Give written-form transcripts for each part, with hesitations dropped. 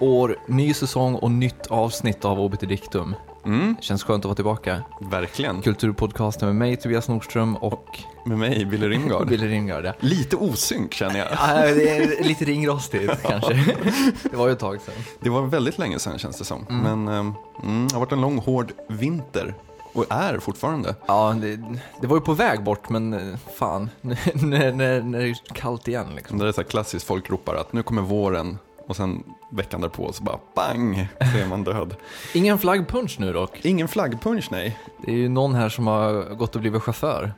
Nytt år, ny säsong och nytt avsnitt av Obiter Dictum. Känns skönt att vara tillbaka. Verkligen. Kulturpodcasten med mig, Tobias Nordström, och med mig, Wille Ringard. Wille Ringard, ja. Lite osynk känner jag. Ja, det är lite ringrostigt kanske. Det var ju ett tag sedan. Det var väldigt länge sedan känns det som. Men det har varit en lång, hård vinter. Och är fortfarande. Ja, det var ju på väg bort, men fan, när det är kallt igen liksom. Det är så här klassiskt, folk ropar att nu kommer våren. Och sen veckan därpå så bara bang, så är man död. Ingen flaggpunch nu dock. Ingen flaggpunch, nej. Det är ju någon här som har gått och blivit chaufför.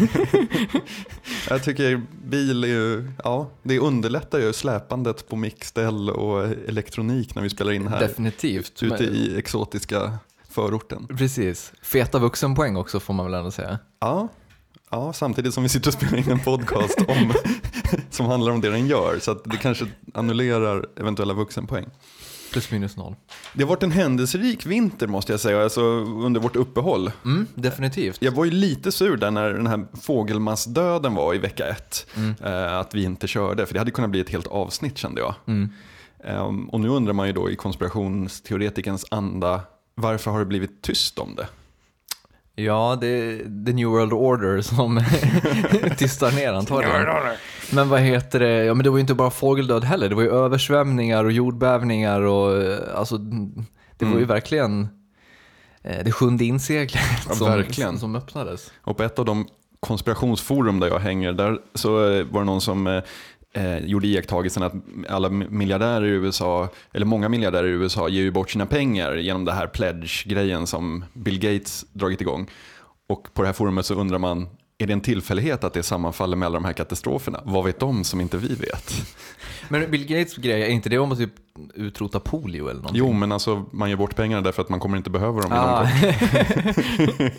Jag tycker bil är ju, ja, det underlättar ju släpandet på mixställ och elektronik när vi spelar in här. Definitivt. Ute i exotiska förorten. Precis. Feta vuxenpoäng också får man väl ändå säga. Ja, samtidigt som vi sitter och spelar in en podcast som handlar om det den gör. Så att det kanske annullerar eventuella vuxenpoäng. Plus minus noll. Det har varit en händelserik vinter måste jag säga, alltså under vårt uppehåll. Definitivt. Jag var ju lite sur där när den här fågelmassdöden var i vecka 1. Att vi inte körde, för det hade kunnat bli ett helt avsnitt kände jag. Och nu undrar man ju då i konspirationsteoretikens anda, varför har det blivit tyst om det? Ja, det är The New World Order som tystar ner antagligen. Men vad heter det? Ja, men det var ju inte bara fågeldöd heller. Det var ju översvämningar och jordbävningar och alltså det var ju verkligen det sjunde inseglet som öppnades. Och på ett av de konspirationsforum där jag hänger, där så var det någon som gjorde iakttagelsen att alla miljardärer i USA, eller många miljardärer i USA, ger ju bort sina pengar genom det här pledge-grejen som Bill Gates dragit igång. Och på det här forumet så undrar man, är det en tillfällighet att det sammanfaller med alla de här katastroferna? Vad vet de som inte vi vet? Men Bill Gates grej, är inte det om att typ utrota polio eller någonting? Jo, men alltså man ger bort pengarna därför att man kommer inte behöva dem inom kort.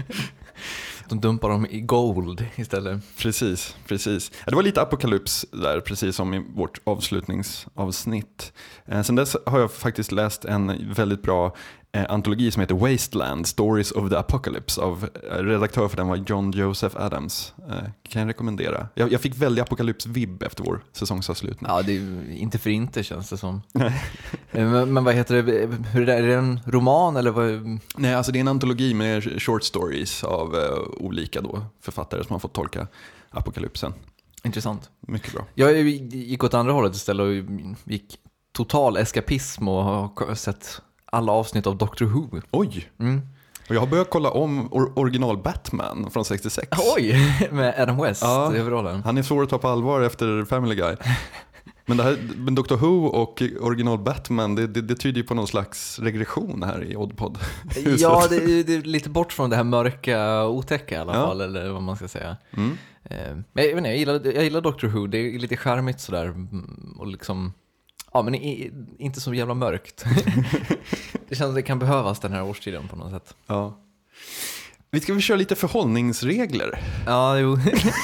De dumpar dem i gold istället. Precis. Ja, det var lite apokalyps där, precis som i vårt avslutningsavsnitt. Sen dess har jag faktiskt läst en väldigt bra antologi som heter Wasteland, Stories of the Apocalypse. Av redaktör för den var John Joseph Adams. Kan jag rekommendera. Jag fick väldigt apokalyps-vibb efter vår säsongsavslutning. Ja, det är inte för inte känns det som. Men vad heter det? Hur är det? Är det en roman eller vad? Nej, alltså det är en antologi med short stories av olika då författare som har fått tolka apokalypsen. Intressant. Mycket bra. Jag gick åt andra hållet istället och gick total eskapism och har sett alla avsnitt av Doctor Who. Oj! Och jag har börjat kolla om original Batman från 66. Oj, med Adam West i huvudrollen. Han är svår att ta på allvar efter Family Guy. Men Doctor Who och original Batman, det tyder ju på någon slags regression här i Oddpod. Ja, det är lite bort från det här mörka, otäcka i alla fall, eller vad man ska säga. Men jag gillar Doctor Who, det är lite charmigt sådär och liksom... Ja, men inte så jävla mörkt. Det känns att det kan behövas den här årstiden på något sätt. Ja. Vi ska väl köra lite förhållningsregler. Ja, jo.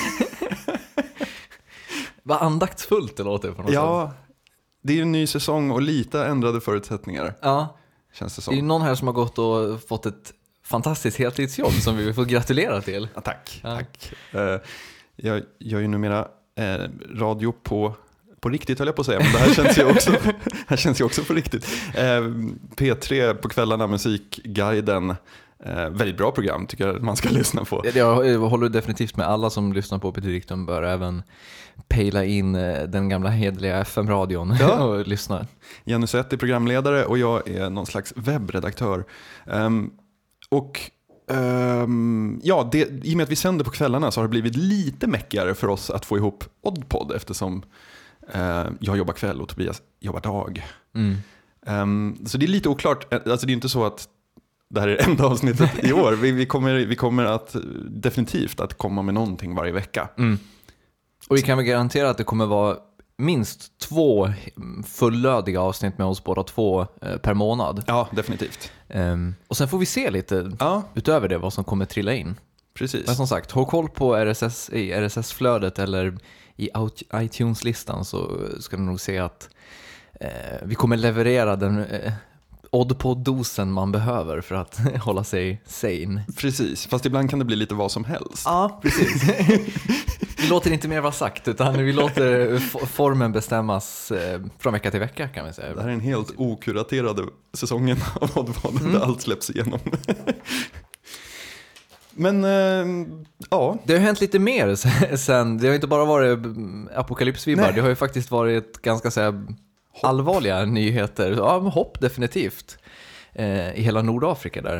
Vad andaktsfullt det låter på något sätt. Ja, det är en ny säsong och lite ändrade förutsättningar. Ja. Känns det som. Det är någon här som har gått och fått ett fantastiskt heltidsjobb som vi får gratulera till. Ja, tack. Jag gör ju numera radio på riktigt höll jag på att säga, men det här känns ju också på riktigt. P3 på kvällarna, Musikguiden. Väldigt bra program tycker jag man ska lyssna på. Jag håller definitivt med, alla som lyssnar på Obiter Dictum bör även pejla in den gamla hedliga FM-radion och lyssna. Jenny Sett är programledare och jag är någon slags webbredaktör. I och med att vi sänder på kvällarna så har det blivit lite mäckigare för oss att få ihop Oddpod eftersom jag jobbar kväll och Tobias jobbar dag. Så det är lite oklart. Alltså det är inte så att det här är det enda avsnittet i år. Vi kommer att definitivt att komma med någonting varje vecka. Och vi kan väl garantera att det kommer vara minst 2 fullödiga avsnitt med oss båda 2 per månad. Ja, definitivt. Och sen får vi se lite utöver det vad som kommer trilla in. Precis. Men som sagt, håll koll på RSS-flödet eller i iTunes-listan så ska du nog se att vi kommer leverera den Oddpod-dosen man behöver för att hålla sig sane. Precis, fast ibland kan det bli lite vad som helst. Ja, precis. Vi låter inte mer vara sagt, utan vi låter formen bestämmas från vecka till vecka, kan vi säga. Det här är en helt okuraterade säsongen av Oddvad där allt släpps igenom. Men ja. Det har hänt lite mer sen. Det har inte bara varit apokalypsvibbar. Det har ju faktiskt varit ganska så här, allvarliga nyheter. Ja, hopp definitivt. I hela Nordafrika där.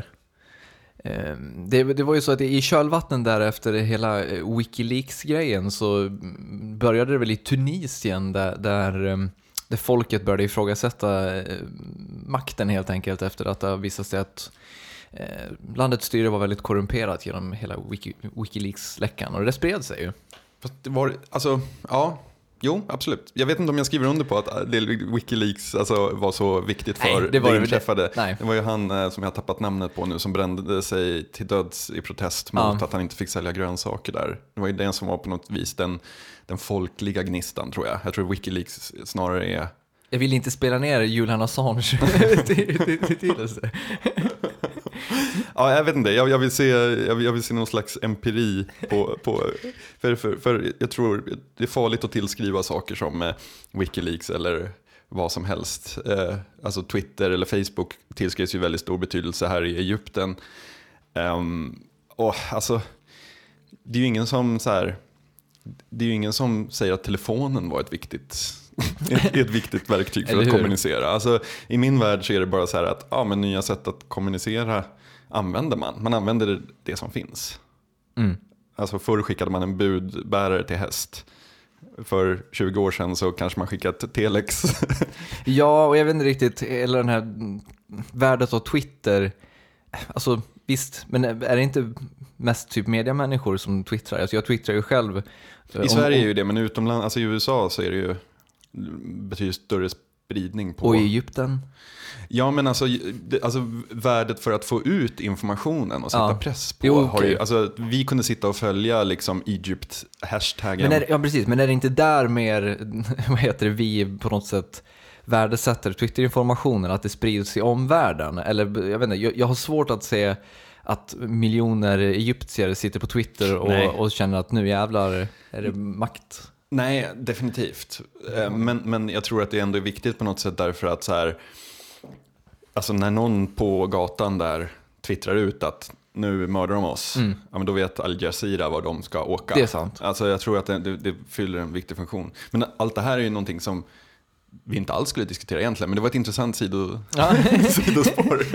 Det var ju så att i kölvattnen där efter hela Wikileaks-grejen så började det väl i Tunisien där folket började ifrågasätta makten helt enkelt efter att det visade sig att landets styre var väldigt korrumperat genom hela Wikileaks-läckan, och det spred sig ju. Fast det var, alltså, ja, jo, absolut. Jag vet inte om jag skriver under på att Wikileaks alltså, var så viktigt för det inträffade. Det var ju han som jag har tappat namnet på nu som brände sig till döds i protest mot att han inte fick sälja grönsaker där. Det var ju den som var på något vis den folkliga gnistan, tror jag. Jag tror Wikileaks snarare är... Jag vill inte spela ner Julian Assange till sig. Ja, jag vet inte. Jag vill se någon slags empiri på för jag tror det är farligt att tillskriva saker som Wikileaks eller vad som helst. Alltså Twitter eller Facebook tillskrivs ju väldigt stor betydelse här i Egypten. Och alltså det är ju ingen som så här, det är ju ingen som säger att telefonen var ett viktigt verktyg för att kommunicera. Alltså, i min värld så är det bara så här att men nya sätt att kommunicera använder man. Man använder det som finns. Alltså förr skickade man en budbärare till häst. För 20 år sedan så kanske man skickat telex. Ja, och jag vet inte riktigt, eller den här värdet av Twitter. Alltså visst, men är det inte mest typ mediamänniskor som twittrar? Alltså jag twittrar ju själv. I Sverige är ju det, men utomlands, alltså i USA så är det ju betydligt större spridning på... Och i Egypten? Ja, men alltså värdet för att få ut informationen och sätta press på har ju, alltså vi kunde sitta och följa liksom Egypt-hashtaggen. Ja, precis, men är det inte där mer vi på något sätt värdesätter Twitter-informationen, att det sprids i omvärlden? Eller jag vet inte, jag har svårt att se att miljoner egyptier sitter på Twitter och känner att nu jävlar är det makt. Nej, definitivt. Men jag tror att det ändå är viktigt på något sätt därför att så här, alltså när någon på gatan där twittrar ut att nu mördar de oss, ja, men då vet Al Jazeera var de ska åka. Det är sant. Alltså jag tror att det fyller en viktig funktion. Men allt det här är ju någonting som vi inte alls skulle diskutera egentligen, men det var ett intressant sidospår.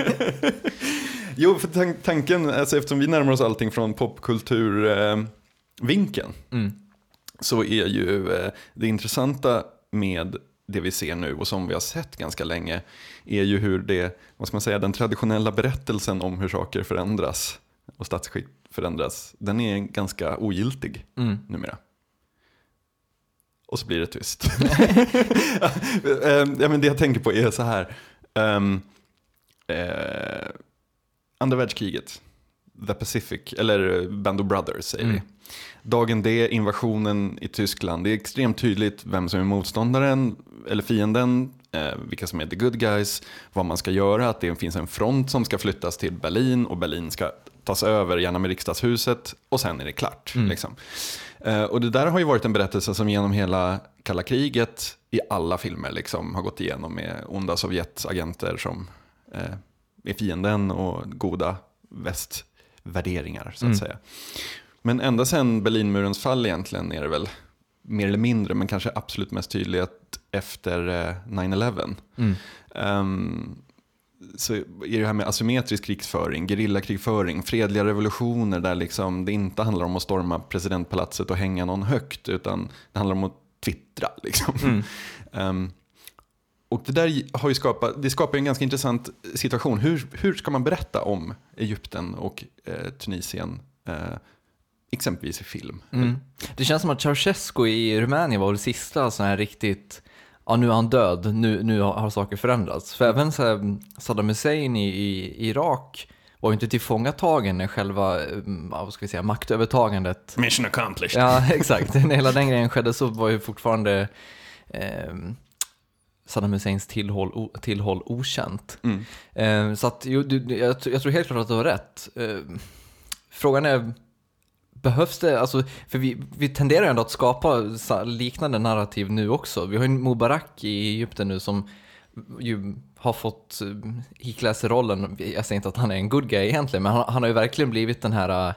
Jo, för tanken, alltså eftersom vi närmar oss allting från popkulturvinkeln, så är ju det intressanta med det vi ser nu och som vi har sett ganska länge är ju hur det, vad ska man säga, den traditionella berättelsen om hur saker förändras och statsskick förändras, den är ganska ogiltig numera. Och så blir det tyst. Ja, men det jag tänker på är så här. Andra världskriget, The Pacific, eller Band of Brothers säger vi. Dagen D, invasionen i Tyskland. Det är extremt tydligt vem som är motståndaren eller fienden, vilka som är the good guys, vad man ska göra, att det finns en front som ska flyttas till Berlin och Berlin ska tas över gärna med riksdagshuset och sen är det klart. Liksom. Och det där har ju varit en berättelse som genom hela kalla kriget i alla filmer liksom har gått igenom med onda Sovjetagenter som är fienden och goda västvärderingar så att säga. Men ända sedan Berlinmurens fall egentligen är det väl mer eller mindre, men kanske absolut mest tydligt efter 9/11. Så är det här med asymmetrisk krigsföring, gerillakrigföring, fredliga revolutioner där liksom det inte handlar om att storma presidentpalatset och hänga någon högt, utan det handlar om att twittra liksom. Och det där har ju skapar en ganska intressant situation. Hur ska man berätta om Egypten och Tunisien exempelvis i film? Det känns som att Ceausescu i Rumänien var det sista sån här riktigt, ja nu är han död, nu har saker förändrats. För även så här, Saddam Hussein i Irak var ju inte tillfångatagen när själva, vad ska vi säga, maktövertagandet. Mission accomplished. Ja, exakt. När hela den grejen skedde så var ju fortfarande Saddam Husseins tillhåll okänt. Så att jag tror helt klart att du har rätt. Frågan är, behövs det, alltså, för vi tenderar ändå att skapa liknande narrativ nu också. Vi har ju Mubarak i Egypten nu som ju har fått ikläda sig rollen. Jag säger inte att han är en good guy egentligen, men han har ju verkligen blivit den här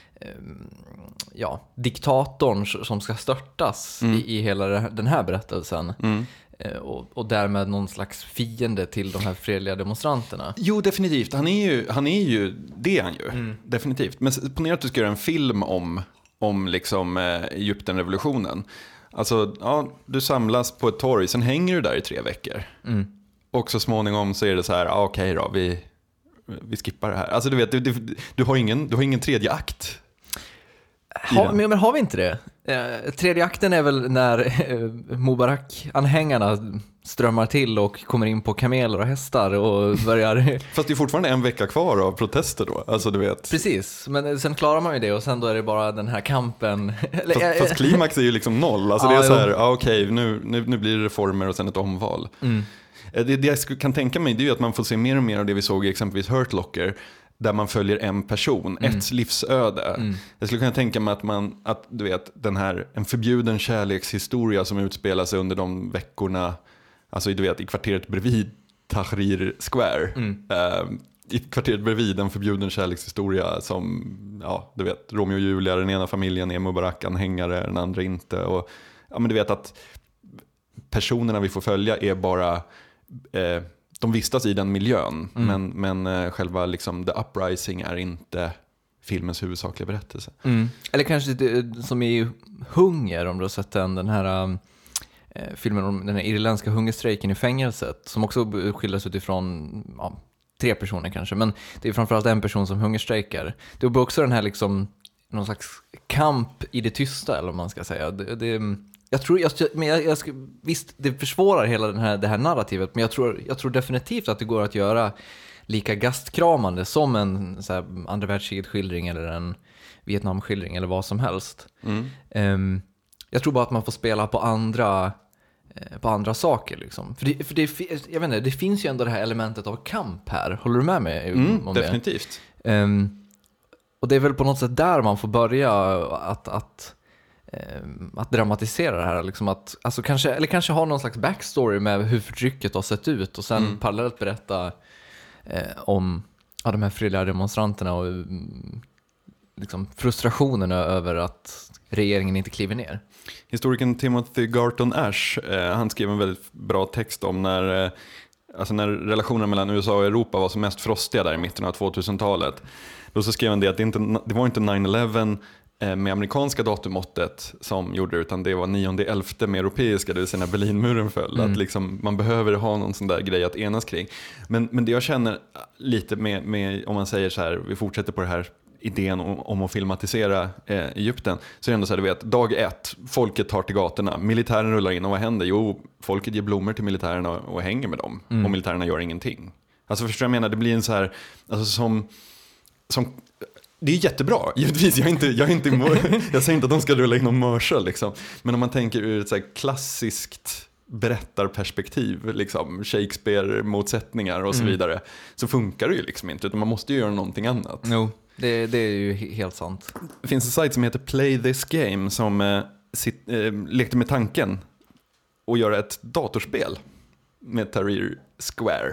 diktatorn som ska störtas i hela den här berättelsen. Och därmed någon slags fiende till de här fredliga demonstranterna. Jo, definitivt. Han är ju det han ju. Definitivt. Men ponera att du ska göra en film om liksom Egyptenrevolutionen. Alltså, ja, du samlas på ett torg, sen hänger du där i 3 veckor. Och så småningom så är det så här, okej då, vi skippar det här. Alltså du vet, du har ingen tredje akt. Men har vi inte det? Tredje akten är väl när Mubarak-anhängarna strömmar till och kommer in på kameler och hästar och börjar... Fast det är fortfarande 1 vecka kvar av protester då, alltså du vet. Precis, men sen klarar man ju det och sen då är det bara den här kampen. Fast klimax är ju liksom 0, alltså det är så här, okej, nu blir det reformer och sen ett omval. Det jag kan tänka mig, det är ju att man får se mer och mer av det vi såg i exempelvis Hurt Locker, där man följer en person, ett livsöde. Jag skulle kunna tänka mig att du vet, en förbjuden kärlekshistoria som utspelar sig under de veckorna, alltså du vet, i kvarteret bredvid Tahrir Square. I kvarteret bredvid en förbjuden kärlekshistoria som, ja, du vet, Romeo och Julia, den ena familjen är Mubarak-anhängare, den andra inte. Och ja, men du vet att personerna vi får följa är bara... de vistas i den miljön, men själva liksom the uprising är inte filmens huvudsakliga berättelse. Eller kanske det, som i Hunger, om du har sett den här filmen om den här irländska hungerstrejken i fängelset, som också skildras utifrån 3 personer kanske, men det är framförallt en person som hungerstrejkar. Det är också den här liksom någon slags kamp i det tysta, eller vad man ska säga. Visst, det försvårar hela det här narrativet, men jag tror definitivt att det går att göra lika gastkramande som en så här, andra världskriget-skildring eller en Vietnam-skildring eller vad som helst. Jag tror bara att man får spela på andra saker liksom. Jag vet inte, det finns ju ändå det här elementet av kamp här. Håller du med mig om det? Definitivt. Och det är väl på något sätt där man får börja att dramatisera det här liksom, att alltså kanske ha någon slags backstory med hur förtrycket har sett ut och sen parallellt berätta om de här fredliga demonstranterna och liksom frustrationen över att regeringen inte kliver ner. Historikern Timothy Garton Ash, han skrev en väldigt bra text om när relationerna mellan USA och Europa var som mest frostiga där i mitten av 2000-talet. Då så skrev han det att det var inte 9/11 med amerikanska datumåttet som gjorde det, utan det var 9/11 med europeiska, det vill säga när Berlinmuren föll. Att liksom, man behöver ha någon sån där grej att enas kring. Men det jag känner lite med om man säger så här, vi fortsätter på det här idén om att filmatisera Egypten, så är det ändå så här, du vet, dag 1, folket tar till gatorna, militären rullar in och vad händer? Jo, folket ger blommor till militärerna och hänger med dem, och militärerna gör ingenting. Alltså förstår jag menar, det blir en så här, alltså som det är jättebra, givetvis, jag säger inte att de ska rulla in och mörsa liksom. Men om man tänker ur ett så här klassiskt berättarperspektiv, liksom Shakespeare motsättningar och så vidare, så funkar det ju liksom inte, utan man måste ju göra någonting annat. Jo, det är ju helt sant. Det finns en sajt som heter Play This Game som lekte med tanken och göra ett datorspel med Tahrir Square.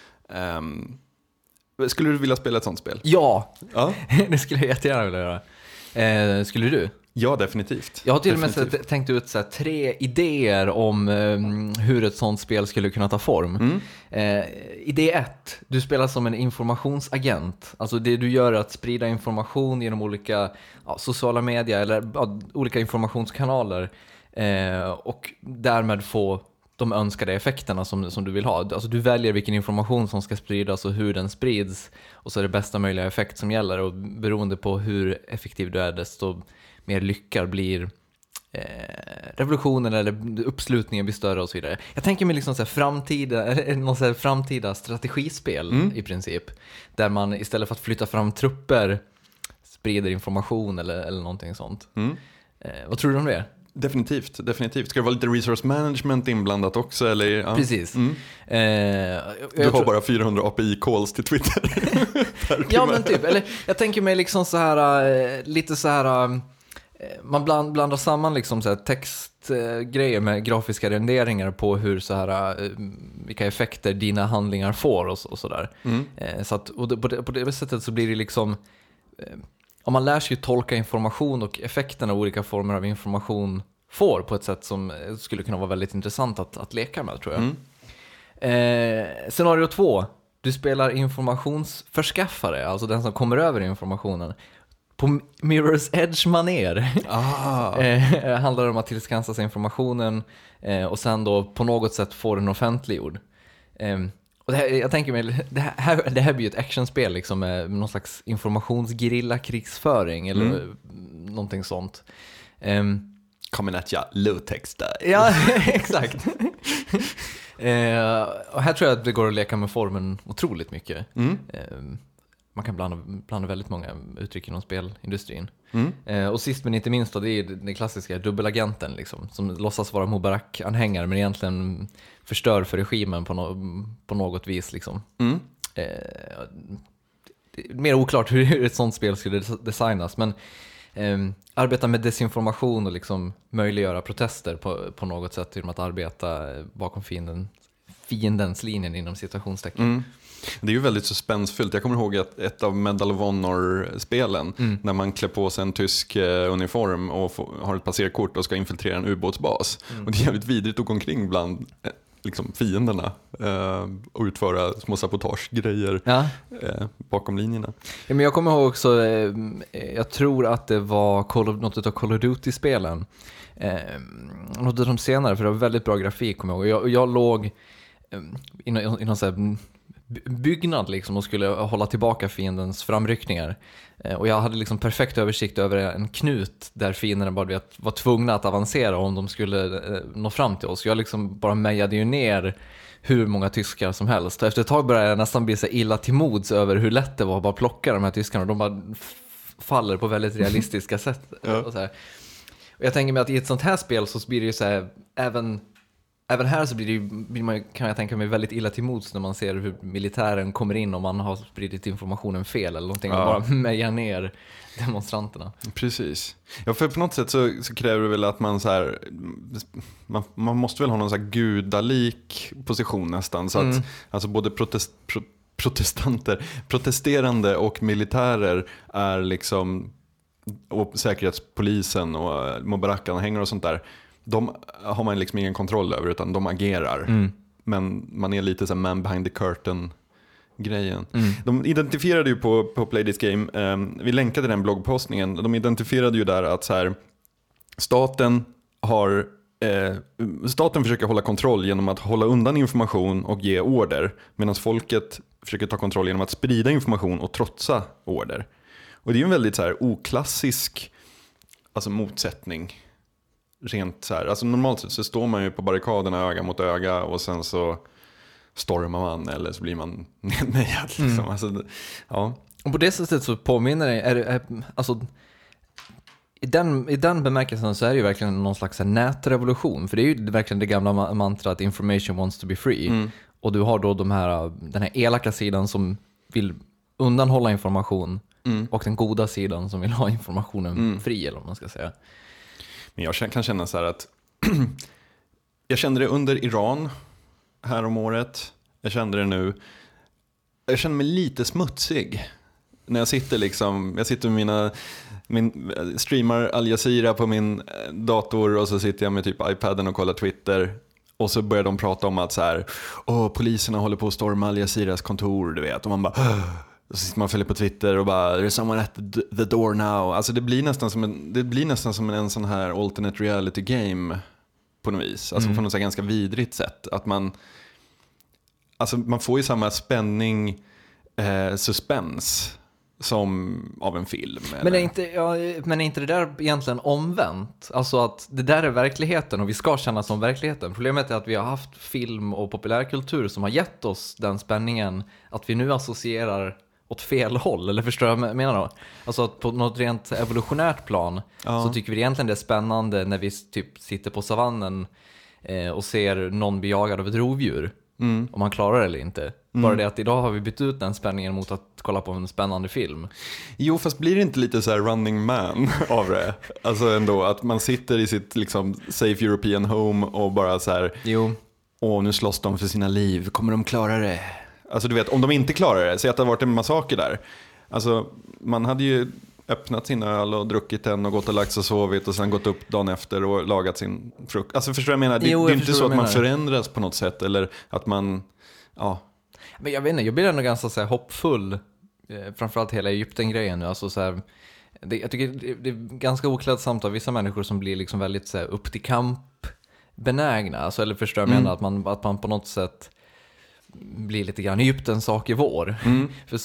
Skulle du vilja spela ett sånt spel? Ja. Det skulle jag jättegärna vilja göra. Skulle du? Ja, definitivt. Jag har till och med tänkt ut 3 idéer om hur ett sånt spel skulle kunna ta form. Idé 1, du spelar som en informationsagent. Alltså det du gör är att sprida information genom olika sociala medier eller olika informationskanaler och därmed få de önskade effekterna som du vill ha. Alltså du väljer vilken information som ska spridas och hur den sprids, och så är det bästa möjliga effekt som gäller, och beroende på hur effektiv du är desto mer lyckad blir revolutionen eller uppslutningen blir större och så vidare. Jag tänker mig liksom framtida strategispel i princip, där man istället för att flytta fram trupper sprider information eller någonting sånt. Vad tror du om det? Definitivt. Ska det vara lite resource management inblandat också? Eller? Ja. Precis. Du har bara 400 API-calls till Twitter. Ja, men typ. Eller, jag tänker mig liksom så här, lite så här, man blandar samman liksom så här textgrejer med grafiska renderingar på hur så här, vilka effekter dina handlingar får och så där. Så att, och på det sättet så blir det liksom, om man lär sig tolka information och effekterna av olika former av information får på ett sätt som skulle kunna vara väldigt intressant att leka med, tror jag. Scenario 2. Du spelar informationsförskaffare, alltså den som kommer över informationen. På Mirror's Edge-manér handlar det om att tillskansa sig informationen och sen då på något sätt få den offentliggjord. Och det här, jag tänker mig, det här blir ju ett actionspel liksom, med någon slags informationsgrilla krigsföring eller någonting sånt. Coming at ya, low-tech style. Ja, exakt. Och här tror jag att det går att leka med formen otroligt mycket. Man kan blanda väldigt många uttryck inom spelindustrin. Och sist men inte minst då, det är den klassiska dubbelagenten liksom, som låtsas vara Mubarak-anhängare men egentligen förstör för regimen på något vis liksom. Mer oklart hur ett sånt spel skulle designas, men arbeta med desinformation och liksom möjliggöra protester på något sätt genom att arbeta bakom fiendens linjen inom citationstecken. Det är ju väldigt suspensfyllt. Jag kommer ihåg att ett av Medal of Honor-spelen, när man klär på sig en tysk uniform och har ett passerkort och ska infiltrera en ubåtsbas. Och det är jävligt vidrigt att gå omkring bland liksom fienderna och utföra små sabotagegrejer bakom linjerna. Ja, men jag kommer ihåg också, jag tror att det var något av Call of Duty-spelen. Något av de senare, för det var väldigt bra grafik, kommer jag ihåg. Jag låg i någon så här byggnad liksom och skulle hålla tillbaka fiendens framryckningar. Och jag hade liksom perfekt översikt över en knut där fienderna bara var tvungna att avancera om de skulle nå fram till oss. Jag liksom bara mejade ju ner hur många tyskar som helst. Och efter ett tag började jag nästan bli så illa till mods över hur lätt det var att bara plocka de här tyskarna. De bara faller på väldigt realistiska sätt. Och så här. Och jag tänker mig att i ett sånt här spel så blir det ju så här, även här så blir man, kan jag tänka mig, väldigt illa till mods när man ser hur militären kommer in och man har spridit informationen fel eller någonting och bara mejar ner demonstranterna. Precis. Ja, för på något sätt så kräver det väl att man så här, man måste väl ha någon så här gudalik position nästan, så att alltså både protesterande och militärer är liksom, och säkerhetspolisen och Mubarak-anhängare och sånt där, de har man liksom ingen kontroll över, utan de agerar. Men man är lite så här man behind the curtain grejen. De identifierade ju på Play This Game, vi länkade den bloggpostningen, de identifierade ju där att så här, staten försöker hålla kontroll genom att hålla undan information och ge order, medan folket försöker ta kontroll genom att sprida information och trotsa order. Och det är ju en väldigt så här oklassisk, alltså, motsättning. Rent så här, alltså normalt sett så står man ju på barrikaderna öga mot öga och sen så stormar man eller så blir man nedmejad liksom. Alltså, ja. Och på det sättet så påminner det, alltså i den bemärkelsen så är det ju verkligen någon slags nätrevolution, för det är ju verkligen det gamla mantrat information wants to be free. Och du har då den här elaka sidan som vill undanhålla information och den goda sidan som vill ha informationen fri, eller vad man ska säga. Men jag kan känna så här att jag kände det under Iran här om året. Jag kände det nu. Jag känner mig lite smutsig när jag sitter med streamar Al Jazeera på min dator och så sitter jag med typ iPaden och kollar Twitter. Och så börjar de prata om att så här, poliserna håller på att storma Al Jazeeras kontor, du vet. Och man bara, så sitter man och följer på Twitter och bara, there's someone at the door now. Alltså det blir nästan som en sån här alternate reality game på något vis. Alltså på något så ganska vidrigt sätt. Att man får ju samma spänning, suspens som av en film. Men är inte det där egentligen omvänt? Alltså att det där är verkligheten och vi ska känna som verkligheten. Problemet är att vi har haft film och populärkultur som har gett oss den spänningen, att vi nu associerar åt fel håll, eller förstår jag vad jag menar då? Alltså att på något rent evolutionärt plan så tycker vi egentligen det är spännande när vi typ sitter på savannen och ser någon bli jagad av ett rovdjur. Om man klarar det eller inte. Bara det att idag har vi bytt ut den spänningen mot att kolla på en spännande film. Jo, fast blir det inte lite så här Running Man av det? Alltså ändå att man sitter i sitt liksom safe European home och bara så här, nu slåss de för sina liv, kommer de klara det? Alltså du vet, om de inte klarar det, säg att det har varit en massaker där. Alltså man hade ju öppnat sin öl och druckit den och gått och lagt sig och sovit och sen gått upp dagen efter och lagat sin frukost. Alltså förstår jag menar? Det är inte så att man förändras på något sätt eller att man, Men jag vet inte, jag blir ändå ganska så här hoppfull, framförallt hela Egypten-grejen nu. Alltså så här, jag tycker det är ganska oklädsamt av vissa människor som blir liksom väldigt så här, upp till kamp benägna. Alltså, eller förstår jag menar att man på något sätt blir lite grann Egyptens sak i vår. För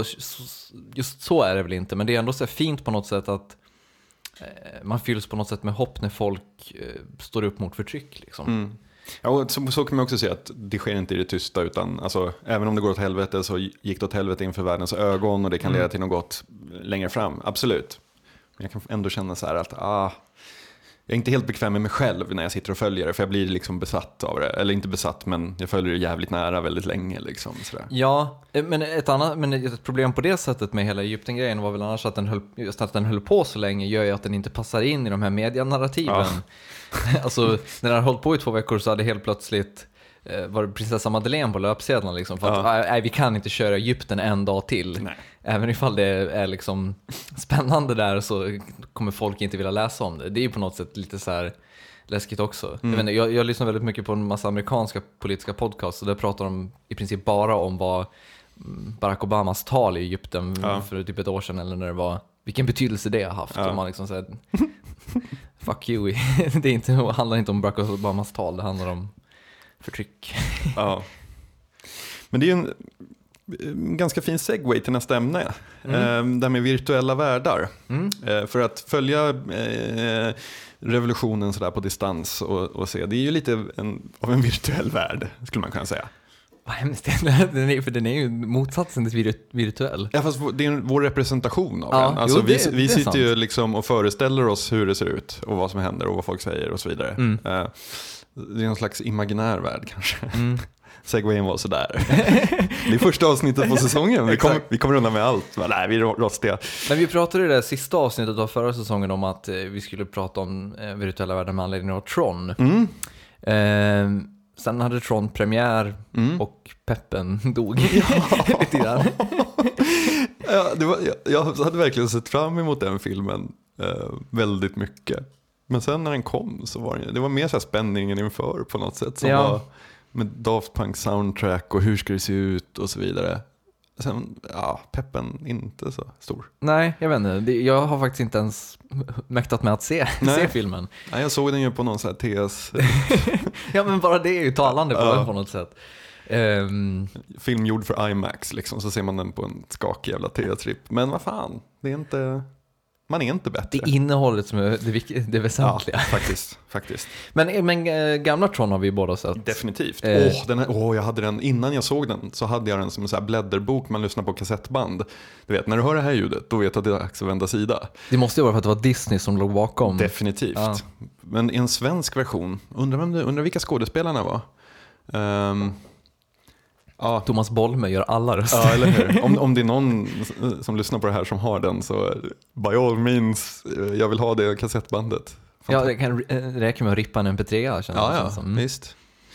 just så är det väl inte, men det är ändå så fint på något sätt att man fylls på något sätt med hopp när folk står upp mot förtryck liksom. Ja, och så kan man också säga att det sker inte i det tysta, utan alltså, även om det går åt helvete så gick det åt helvete inför världens ögon och det kan leda till något gott längre fram, absolut. Men jag kan ändå känna så här att jag är inte helt bekväm med mig själv när jag sitter och följer det, för jag blir liksom besatt av det. Eller inte besatt, men jag följer det jävligt nära väldigt länge. Liksom, sådär. Ja, men ett problem på det sättet med hela Egypten-grejen var väl annars att den höll på så länge gör ju att den inte passar in i de här medianarrativen. Alltså, när den har hållit på i 2 veckor så hade helt plötsligt var det prinsessa Madeleine på löpsedlarna liksom, för att vi kan inte köra Egypten en dag till. Nej. Även ifall det är liksom spännande där så kommer folk inte vilja läsa om det. Det är ju på något sätt lite så här läskigt också. Jag lyssnar väldigt mycket på en massa amerikanska politiska podcasts och där pratar de i princip bara om vad Barack Obamas tal i Egypten för typ ett år sedan eller när det var, vilken betydelse det har haft. Och man liksom säger fuck you. Det handlar inte om Barack Obamas tal, det handlar om förtryck. Ja. Men det är ju en ganska fin segway till nästa ämne. Det med virtuella världar. För att följa revolutionen så där på distans och se. Det är ju lite av en virtuell värld, skulle man kunna säga. Vad hemskt. För den är ju motsatsen till virtuell. Ja, fast det är vår representation av den. Alltså, vi sitter ju liksom och föreställer oss hur det ser ut och vad som händer och vad folk säger och så vidare. Det är en slags imaginär värld kanske. Segwayen var sådär. Det är första avsnittet på säsongen. Vi kommer undan med allt. Men nej, vi är rostiga. Men vi pratade i det sista avsnittet av förra säsongen om att vi skulle prata om virtuella världar med anledning av Tron. Sen hade Tron premiär och peppen dog. Lite grann. Jag hade verkligen sett fram emot den filmen väldigt mycket. Men sen när den kom så var det var mer så här spänningen inför på något sätt. Som var med Daft Punk soundtrack och hur ska det se ut och så vidare. Sen, peppen inte så stor. Nej, jag vet inte. Jag har faktiskt inte ens mäktat med att se filmen. Nej, jag såg den ju på någon sån här TS. Ja, men bara det är ju talande på något sätt. Film gjord för IMAX liksom, så ser man den på en skakig jävla TS-trip. Men vad fan, det är inte... Man är inte bättre. Det är innehållet som är det väsentliga. Ja, faktiskt. Men gamla Tron har vi båda sett. Definitivt. Jag hade den, innan jag såg den så hade jag den som en sån här blädderbok man lyssnar på kassettband. Du vet, när du hör det här ljudet, då vet du att det är dags att vända sida. Det måste ju vara för att det var Disney som låg bakom. Definitivt. Ja. Men i en svensk version, undrar vilka skådespelarna var. Thomas Bolme gör alla röster. Ja, eller hur? Om det är någon som lyssnar på det här som har den, så by all means, jag vill ha det kassettbandet. Ja, det kan räcka med att rippa en MP3. Visst.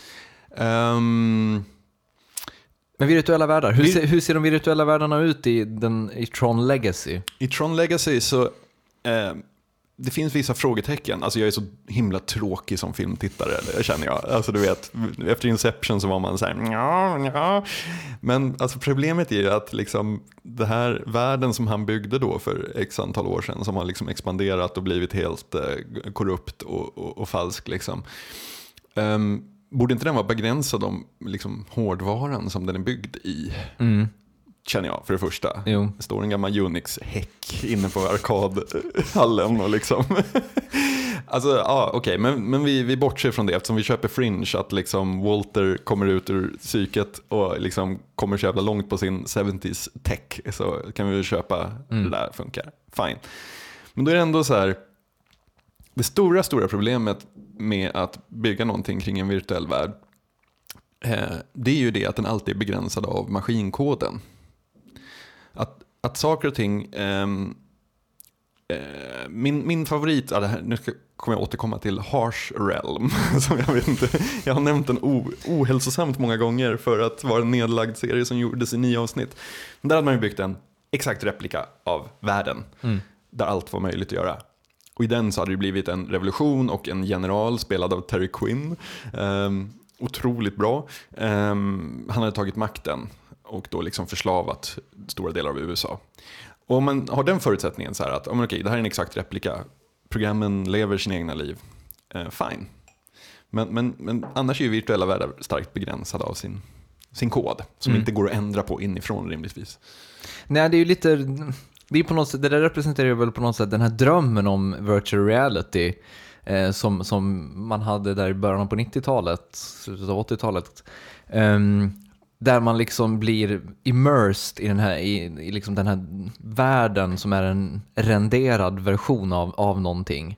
Men virtuella världar, hur ser de virtuella världarna ut i Tron Legacy? I Tron Legacy så... det finns vissa frågetecken. Alltså jag är så himla tråkig som filmtittare, känner jag. Alltså du vet, efter Inception så var man så här, ja. Men alltså problemet är ju att liksom det här världen som han byggde då för x antal år sedan, som har liksom expanderat och blivit helt korrupt och falsk liksom. Borde inte den vara begränsad om liksom hårdvaran som den är byggd i? Känner jag, för det första. Jo. Det står en gammal Unix-häck inne på arkadhallen och liksom. Alltså, okej, men vi bortser från det eftersom vi köper Fringe, att liksom Walter kommer ut ur psyket och liksom kommer så jävla långt på sin 70s tech, så kan vi väl köpa det där funkar. Fine. Men då är det ändå så här, det stora problemet med att bygga någonting kring en virtuell värld, det är ju det att den alltid är begränsad av maskinkoden. Att saker och ting... min favorit, nu kommer jag återkomma till Harsh Realm, som jag har nämnt den ohälsosamt många gånger för att vara en nedlagd serie som gjordes i 9 avsnitt. Men där hade man ju byggt en exakt replika av världen, där allt var möjligt att göra. Och i den så hade det blivit en revolution och en general spelad av Terry Quinn. Otroligt bra. Han hade tagit makten och då liksom förslavat stora delar av USA. Och om man har den förutsättningen så här att okej, det här är en exakt replika, programmen lever sina egna liv, fine. Men annars är ju virtuella världar starkt begränsade av sin kod som inte går att ändra på inifrån rimligtvis. Nej, det är ju lite, det är på något sätt, det där representerar ju väl på något sätt den här drömmen om virtual reality som man hade där i början på 90-talet, slutet av 80-talet. Där man liksom blir immersed i den här, i liksom den här världen som är en renderad version av någonting.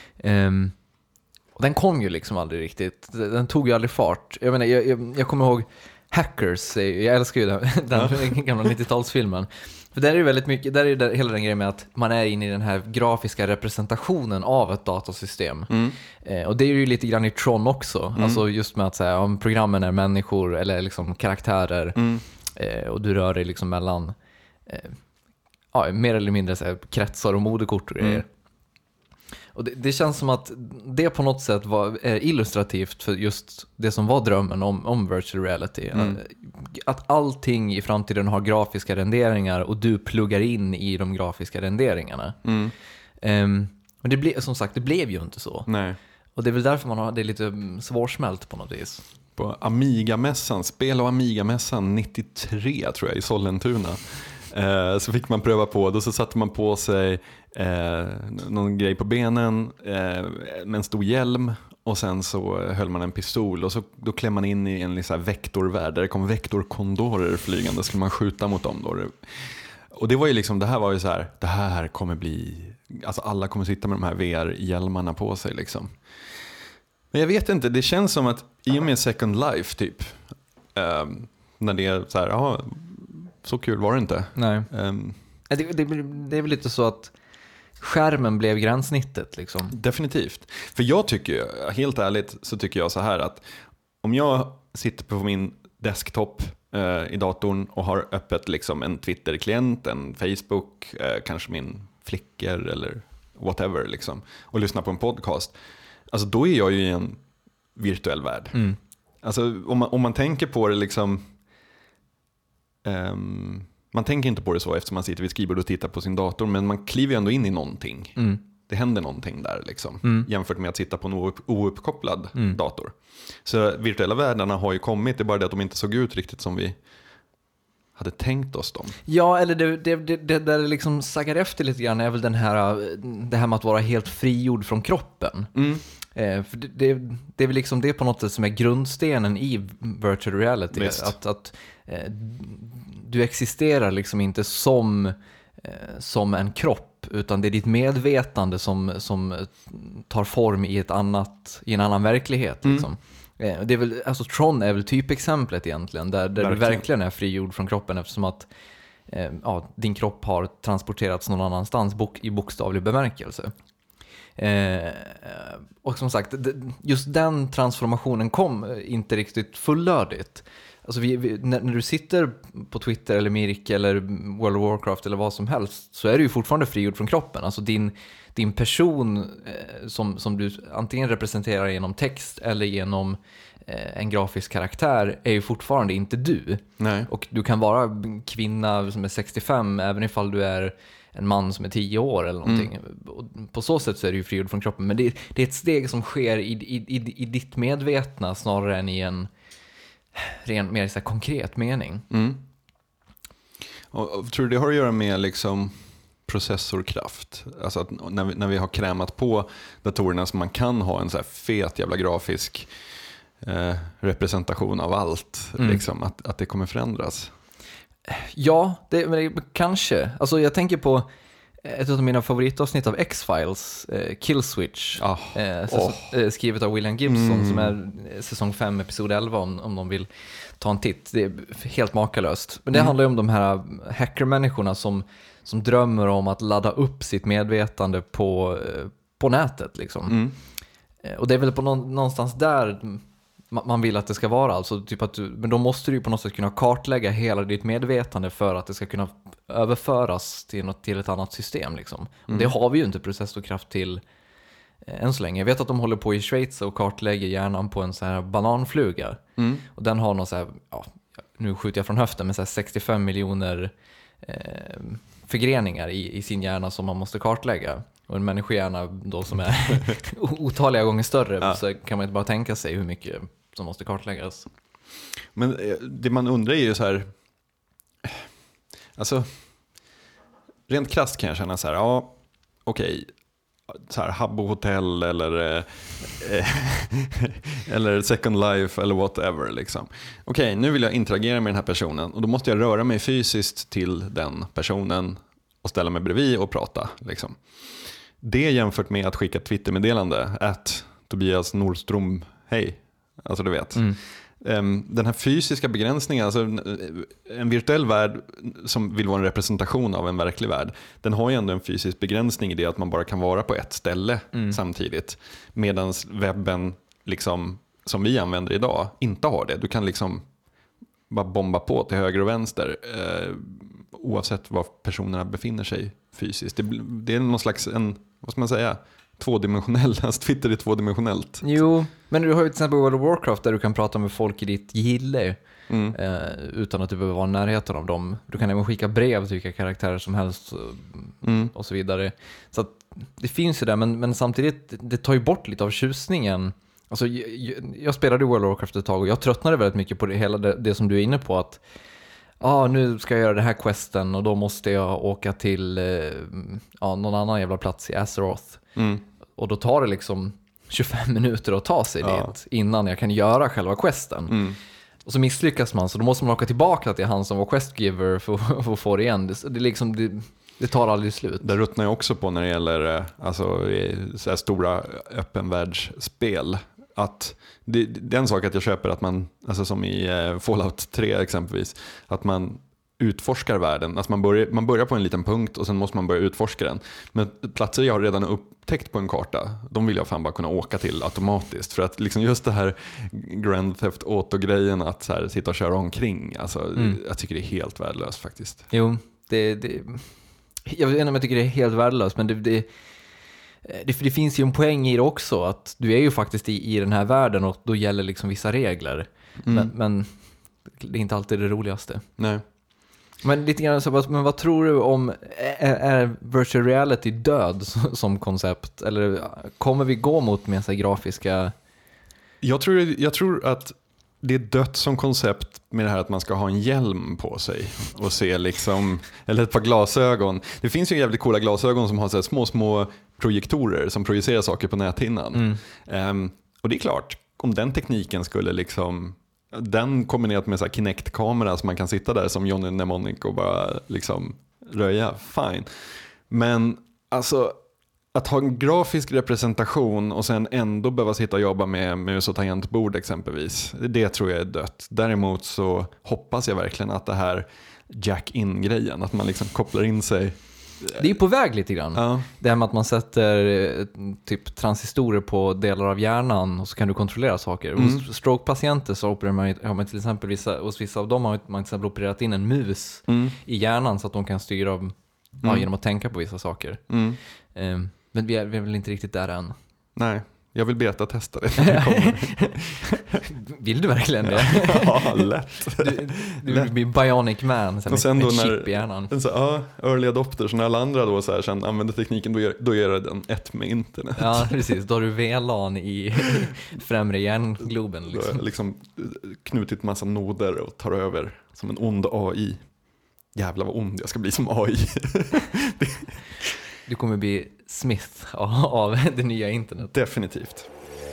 Och den kom ju liksom aldrig riktigt. Den tog ju aldrig fart. Jag menar, jag kommer ihåg Hackers. Jag älskar ju den gamla 90-talsfilmen. För där är det väldigt mycket, där är det hela den grejen med att man är inne i den här grafiska representationen av ett datasystem. Och det är ju lite grann i Tron också. Alltså just med att säga om programmen är människor eller liksom karaktärer och du rör dig liksom mellan mer eller mindre så här, kretsar och modekort och grejer. Och det känns som att det på något sätt är illustrativt för just det som var drömmen om virtual reality. Att allting i framtiden har grafiska renderingar och du pluggar in i de grafiska renderingarna. Och som sagt, det blev ju inte så. Nej. Och det är väl därför det är lite svårsmält på något vis. På Amiga-mässan, spel- och Amiga-mässan 93 tror jag i Sollentuna. Så fick man pröva på, då så satte man på sig någon grej på benen med en stor hjälm och sen så höll man en pistol och så då klämde man in i en liksom vektorvärld där det kom vektorkondorer flygande, skulle man skjuta mot dem då. Och det var ju liksom, det här var ju så här, det här kommer bli, alltså alla kommer sitta med de här VR-hjälmarna på sig liksom. Men jag vet inte, det känns som att i och med Second Life typ, när det är så här, så kul var det inte. Nej. Det är väl lite så att skärmen blev gränssnittet liksom. Definitivt. För jag tycker, helt ärligt så tycker jag så här att om jag sitter på min desktop i datorn och har öppet liksom en Twitter-klient, en Facebook, kanske min Flickr eller whatever liksom, och lyssnar på en podcast, alltså då är jag ju i en virtuell värld. Alltså om man tänker på det liksom, man tänker inte på det så eftersom man sitter vid skrivbordet och tittar på sin dator, men man kliver ju ändå in i någonting. Det händer någonting där liksom, jämfört med att sitta på en ouppkopplad dator. Så virtuella världarna har ju kommit, det är bara det att de inte såg ut riktigt som vi hade tänkt oss dem. Ja, eller det där liksom saggar efter lite grann är väl det här med att vara helt frigjord från kroppen. För det är väl liksom det på något sätt som är grundstenen i virtual reality. Att du existerar liksom inte som en kropp, utan det är ditt medvetande som tar form i en annan verklighet liksom. Det är väl, alltså Tron är väl typexemplet egentligen där du verkligen är frigjord från kroppen, eftersom att din kropp har transporterats någon annanstans i bokstavlig bemärkelse. Och som sagt, just den transformationen kom inte riktigt fullödigt. Alltså när du sitter på Twitter eller Mirk eller World of Warcraft eller vad som helst, så är du ju fortfarande frigjord från kroppen. Alltså din person som du antingen representerar genom text eller genom en grafisk karaktär är ju fortfarande inte du. Nej. Och du kan vara kvinna som är 65 även ifall du är en man som är 10 år eller någonting. Och på så sätt så är det ju frigjord från kroppen. Men det är ett steg som sker i ditt medvetna snarare än i en mer så här konkret mening. Och tror du det har att göra med liksom processorkraft. Alltså att när vi har krämat på datorerna så man kan ha en så här fet jävla grafisk representation av allt. Liksom, att det kommer förändras. Ja, men kanske. Alltså jag tänker på ett av mina favoritavsnitt av X-Files, Killswitch, skrivet av William Gibson, som är säsong 5, episod 11, om de vill ta en titt. Det är helt makalöst. Men det handlar ju om de här hackermänniskorna som drömmer om att ladda upp sitt medvetande på nätet. Liksom. Och det är väl på någonstans där man vill att det ska vara. Alltså, typ men då måste du ju på något sätt kunna kartlägga hela ditt medvetande för att det ska kunna överföras till ett annat system. Liksom. Och det har vi ju inte processorkraft till än så länge. Jag vet att de håller på i Schweiz och kartlägger hjärnan på en så här bananfluga. Och den har någon så här, nu skjuter jag från höften, men så här 65 miljoner förgreningar i sin hjärna som man måste kartlägga. Och en människohjärna då som är otaliga gånger större, så kan man inte bara tänka sig hur mycket som måste kartläggas. Men det man undrar är ju så här, alltså rent krasst kan jag känna så här, okej, så här Habbo Hotel eller Second Life eller whatever liksom. Okej, nu vill jag interagera med den här personen och då måste jag röra mig fysiskt till den personen och ställa mig bredvid och prata liksom. Det jämfört med att skicka Twittermeddelande @Tobias Nordström, hej, alltså du vet. Den här fysiska begränsningen, alltså en virtuell värld som vill vara en representation av en verklig värld, den har ju ändå en fysisk begränsning i det att man bara kan vara på ett ställe samtidigt, medan webben liksom, som vi använder idag inte har det. Du kan liksom bara bomba på till höger och vänster oavsett var personerna befinner sig fysiskt. Det är någon slags, vad ska man säga, tvådimensionell, alltså Twitter är tvådimensionellt. Jo, men du har ju till exempel World of Warcraft där du kan prata med folk i ditt gille utan att du behöver vara i närheten av dem. Du kan även skicka brev till vilka karaktärer som helst och så vidare. Så att det finns ju där, men samtidigt, det tar ju bort lite av tjusningen. Alltså, jag spelade World of Warcraft ett tag och jag tröttnade väldigt mycket på hela det som du är inne på, att nu ska jag göra den här questen och då måste jag åka till någon annan jävla plats i Azeroth. Och då tar det liksom 25 minuter att ta sig dit innan jag kan göra själva questen. Och så misslyckas man, så då måste man åka tillbaka till han som var questgiver för att få det igen. Det, liksom, det tar aldrig slut. Det ruttnar jag också på när det gäller så här stora öppenvärldsspel. Att det är en sak att jag köper att man, alltså som i Fallout 3 exempelvis, att man utforskar världen. Alltså man börjar på en liten punkt och sen måste man börja utforska den. Men platser jag har redan upptäckt på en karta, de vill jag fan bara kunna åka till automatiskt. För att liksom just det här Grand Theft Auto-grejen, att så här, sitta och köra omkring, alltså, jag tycker det är helt värdelöst faktiskt. Jo, jag vet inte om jag tycker det är helt värdelöst, men det finns ju en poäng i det också, att du är ju faktiskt i den här världen och då gäller liksom vissa regler. Men det är inte alltid det roligaste. Nej. Men lite grann så, men vad tror du om, är virtual reality död som koncept? Eller kommer vi gå mot mer så här grafiska? Jag tror att det är dött som koncept med det här att man ska ha en hjälm på sig och se liksom, eller ett par glasögon. Det finns ju jävligt coola glasögon som har så här små projektorer som projicerar saker på näthinnan. Och det är klart, om den tekniken skulle liksom, den kombinerat med så här Kinect-kamera så man kan sitta där som Johnny Mnemonic och bara liksom röja, fine. Men alltså, att ha en grafisk representation och sen ändå behöva sitta och jobba med mus och tangentbord exempelvis, det tror jag är dött. Däremot så hoppas jag verkligen att det här jack-in-grejen, att man liksom kopplar in sig. Det är på väg lite grann. Ja. Det här med att man sätter typ transistorer på delar av hjärnan och så kan du kontrollera saker. Hos stroke-patienter så har man till exempel hos vissa av dem har man till exempel opererat in en mus i hjärnan så att de kan styra genom att tänka på vissa saker. Men vi är väl inte riktigt där än. Nej, jag vill beta-testa det. Vill du verkligen det? Ja, lätt. Du blir Bionic Man, och sen då chip i hjärnan. Early adopters, när alla andra då så här, sen använder tekniken, då gör den ett med internet. Ja, precis. Då har du VLAN i främre hjärngloben. Liksom. Liksom knutit massa noder och tar över som en ond AI. jävlar vad ond jag ska bli som AI. Du kommer bli Smith av det nya internet. Definitivt.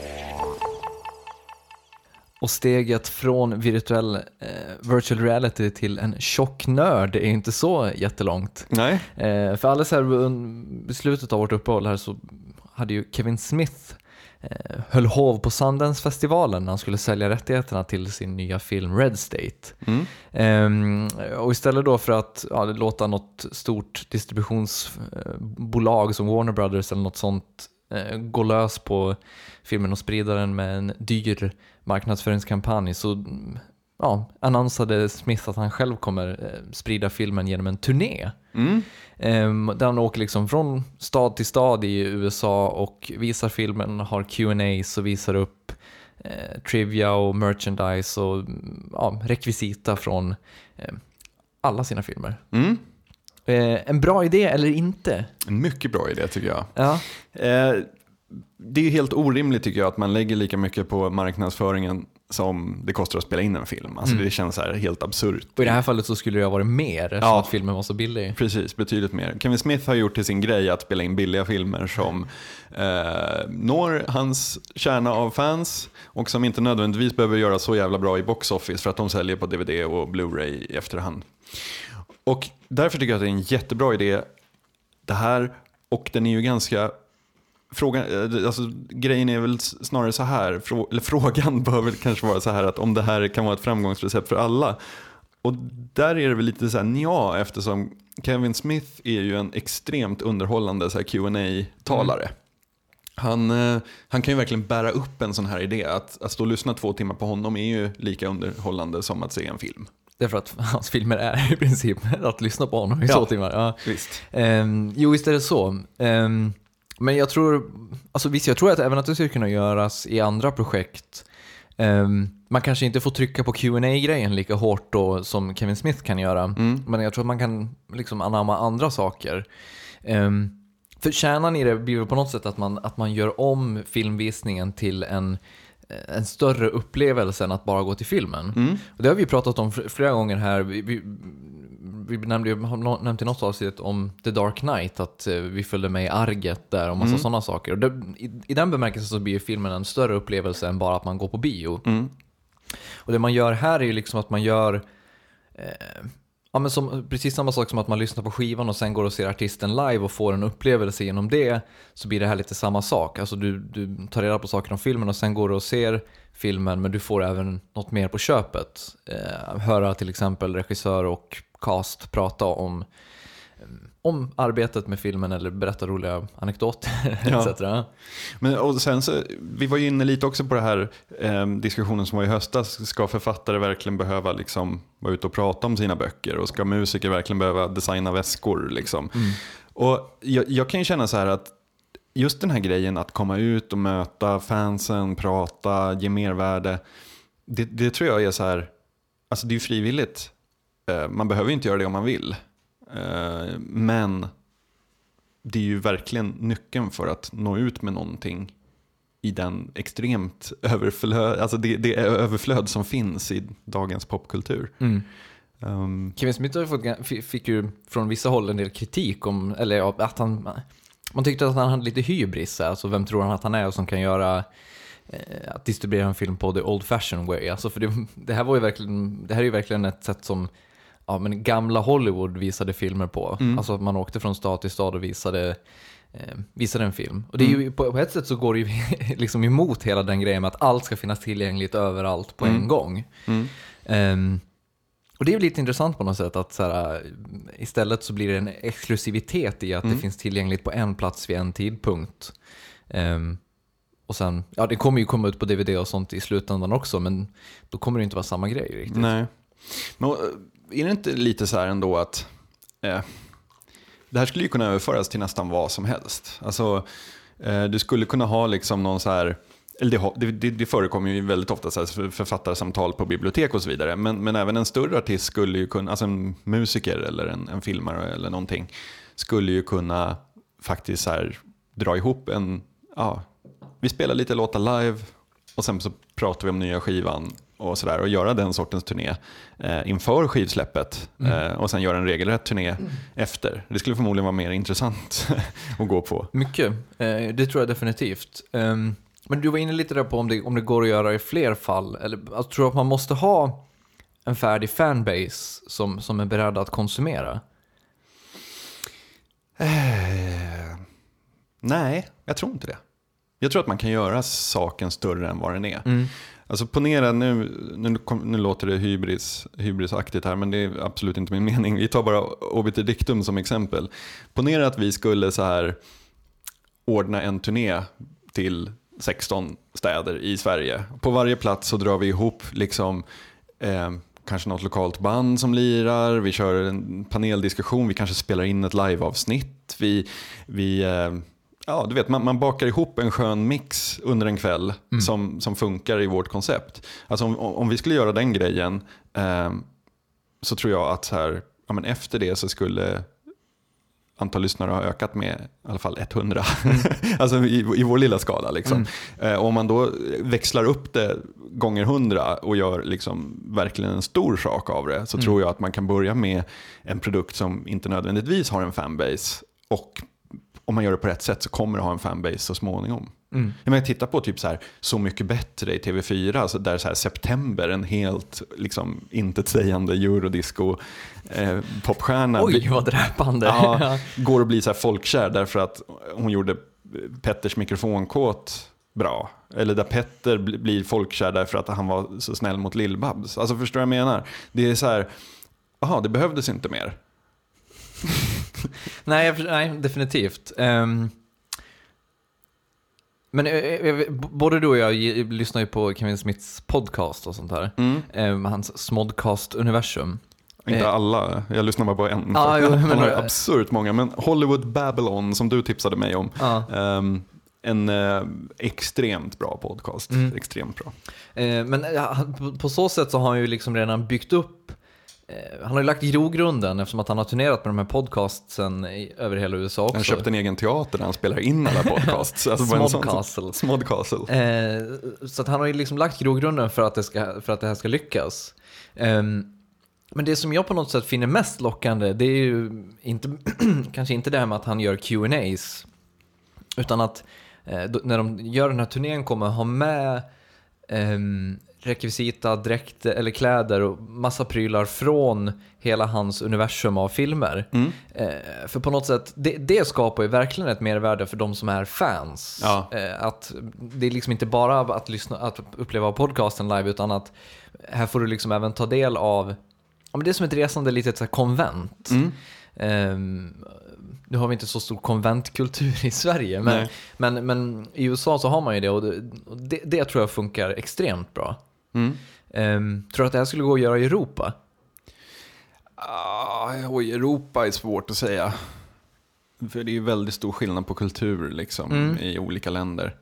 Och steget från virtual reality till en tjock nörd är inte så jättelångt. Nej. För alldeles här i slutet av vårt uppehåll här så hade ju Kevin Smith höll hov på Sundance-festivalen när han skulle sälja rättigheterna till sin nya film Red State. Och istället då för att låta något stort distributionsbolag som Warner Brothers eller något sånt gå lös på filmen och sprida den med en dyr marknadsföringskampanj, så annonsade Smith att han själv kommer sprida filmen genom en turné. Där han åker liksom från stad till stad i USA och visar filmen, har Q&As och visar upp trivia och merchandise och rekvisita från alla sina filmer. En bra idé eller inte? En mycket bra idé tycker jag. Ja. Det är ju helt orimligt tycker jag att man lägger lika mycket på marknadsföringen som det kostar att spela in en film. Alltså det känns så här helt absurt. Och i det här fallet så skulle det ha varit mer eftersom att filmen var så billig. Precis, betydligt mer. Kevin Smith har gjort till sin grej att spela in billiga filmer som når hans kärna av fans och som inte nödvändigtvis behöver göra så jävla bra i box office för att de säljer på DVD och Blu-ray i efterhand. Och därför tycker jag att det är en jättebra idé det här, och den är ju ganska grejen är väl snarare så här, eller frågan bör väl kanske vara så här att om det här kan vara ett framgångsrecept för alla. Och där är det väl lite så här eftersom Kevin Smith är ju en extremt underhållande så här Q&A-talare. Han kan ju verkligen bära upp en sån här idé. Att stå och lyssna 2 timmar på honom är ju lika underhållande som att se en film. Därför att hans filmer är i princip att lyssna på honom i 2 timmar. Ja. Visst. Visst är det så. Men jag tror att även att det skulle kunna göras i andra projekt. Man kanske inte får trycka på Q&A-grejen lika hårt då som Kevin Smith kan göra. Men jag tror att man kan liksom anamma andra saker. För kärnan i det blir på något sätt att man gör om filmvisningen till en större upplevelse än att bara gå till filmen. Och det har vi pratat om flera gånger här. Vi har nämnt i något avsnitt om The Dark Knight att vi följde med i Arget där och massa sådana saker. Och i den bemärkelsen så blir filmen en större upplevelse än bara att man går på bio. Och det man gör här är ju liksom att man gör precis samma sak som att man lyssnar på skivan och sen går och ser artisten live och får en upplevelse genom det, så blir det här lite samma sak. Alltså du tar reda på saker om filmen och sen går du och ser filmen, men du får även något mer på köpet. Höra till exempel regissör och cast prata om arbetet med filmen eller berätta roliga anekdoter etc. Men och sen så, vi var ju inne lite också på det här diskussionen som var i höstas. Ska författare verkligen behöva liksom vara ute och prata om sina böcker, och ska musiker verkligen behöva designa väskor liksom? Och jag kan ju känna så här att just den här grejen att komma ut och möta fansen, prata, ge mervärde, det tror jag är så här, alltså det är ju frivilligt. Man behöver ju inte göra det om man vill. Men det är ju verkligen nyckeln för att nå ut med någonting i den extremt det överflöd som finns i dagens popkultur. Kevin Smith fick ju från vissa håll en del kritik om, eller att man tyckte att han hade lite hybris, alltså vem tror han att han är och som kan göra att distribuera en film på the old fashion way. Alltså för det här är ju verkligen ett sätt som men gamla Hollywood visade filmer på. Alltså att man åkte från stad till stad och visade en film. Och det är ju, på ett sätt så går det ju liksom emot hela den grejen med att allt ska finnas tillgängligt överallt på en gång. Och det är ju lite intressant på något sätt att så här, istället så blir det en exklusivitet i att det finns tillgängligt på en plats vid en tidpunkt. Och sen, det kommer ju komma ut på DVD och sånt i slutändan också, men då kommer det inte vara samma grej riktigt. Nej. Men är det inte lite så här ändå att det här skulle ju kunna överföras till nästan vad som helst. Alltså du skulle kunna ha liksom någon så här, eller det förekommer ju väldigt ofta så här författarsamtal på bibliotek och så vidare, men även en större artist skulle ju kunna, alltså en musiker eller en filmare eller någonting, skulle ju kunna faktiskt så här dra ihop vi spelar lite låtar live och sen så pratar vi om nya skivan och sådär, och göra den sortens turné inför skivsläppet och sen göra en regelrätt turné efter. Det skulle förmodligen vara mer intressant att gå på. Mycket, det tror jag definitivt. Men du var inne lite där på om det går att göra i fler fall. Eller jag tror att man måste ha en färdig fanbase som är beredd att konsumera. Nej, jag tror inte det. Jag tror att man kan göra saken större än vad den är. Alltså ponera, nu låter det hybrisaktigt här, men det är absolut inte min mening. Vi tar bara Obiter Dictum som exempel. Ponera att vi skulle så här ordna en turné till 16 städer i Sverige. På varje plats så drar vi ihop liksom kanske något lokalt band som lirar, vi kör en paneldiskussion, vi kanske spelar in ett liveavsnitt, ja, du vet, man bakar ihop en skön mix under en kväll som funkar i vårt koncept. Alltså om vi skulle göra den grejen så tror jag att här, ja, men efter det så skulle antal lyssnare har ökat med i alla fall 100. Alltså i vår lilla skala liksom. Och om man då växlar upp det gånger 100 och gör liksom verkligen en stor sak av det, så tror jag att man kan börja med en produkt som inte nödvändigtvis har en fanbase, och om man gör det på rätt sätt så kommer det ha en fanbase så småningom. Jag tittar på typ Så mycket bättre i TV4, alltså där så här September, en helt liksom intetsägande eurodisco popstjärna. Oj, vad dräpande. Ja, går att bli så här folkkär därför att hon gjorde Petters mikrofonkåt bra. Eller där Petter blir folkkär därför att han var så snäll mot Lill-Babs. Alltså förstår jag menar? Det är så här, det behövdes inte mer. Nej, definitivt. Men både du och jag lyssnar ju på Kevin Smiths podcast och sånt här. Hans Smodcast-universum. Inte alla, jag lyssnar bara på en. Han har absurt många, men Hollywood Babylon som du tipsade mig om. En extremt bra podcast. Extremt bra. Men på så sätt så har han ju liksom redan byggt upp. Han har ju lagt grogrunden eftersom att han har turnerat med de här podcastsen över hela USA också. Han köpte en egen teater där han spelar in alla podcasts. Alltså Smodcastle. Så att han har ju liksom lagt grogrunden för att det här ska lyckas. Men det som jag på något sätt finner mest lockande, det är ju kanske inte det här med att han gör Q&As, utan att när de gör den här turnén kommer ha med rekvisita, dräkt eller kläder och massa prylar från hela hans universum av filmer. För på något sätt, det skapar ju verkligen ett mervärde för de som är fans. Ja. Att det är liksom inte bara att uppleva podcasten live, utan att här får du liksom även ta del av, det är som ett resande litet så här konvent. Nu har vi inte så stor konventkultur i Sverige, men i USA så har man ju det, och det tror jag funkar extremt bra. Tror du att det här skulle gå att göra i Europa? I Europa är svårt att säga. För det är ju väldigt stor skillnad på kultur liksom, i olika länder.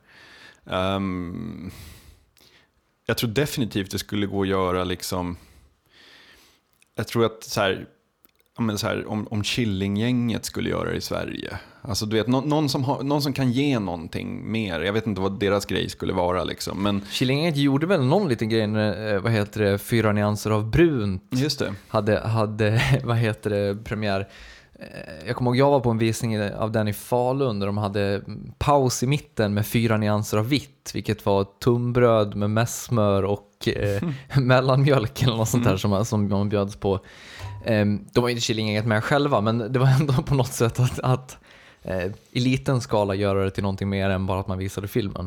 Jag tror definitivt det skulle gå att göra liksom. Jag tror att om Killinggänget skulle göra det i Sverige. Alltså du vet, någon som kan ge någonting mer. Jag vet inte vad deras grej skulle vara liksom, men Killinggänget gjorde väl någon liten grej, 4 nyanser av brunt. Just det. Hade premiär. Jag kommer ihåg, jag var på en visning av den i Falun där de hade paus i mitten med 4 nyanser av vitt, vilket var tunnbröd med mässmör och mellanmjölk eller något sånt där som man bjöds på. De var inte Killinggänget med själva, men det var ändå på något sätt att i liten skala göra det till någonting mer än bara att man visade filmen.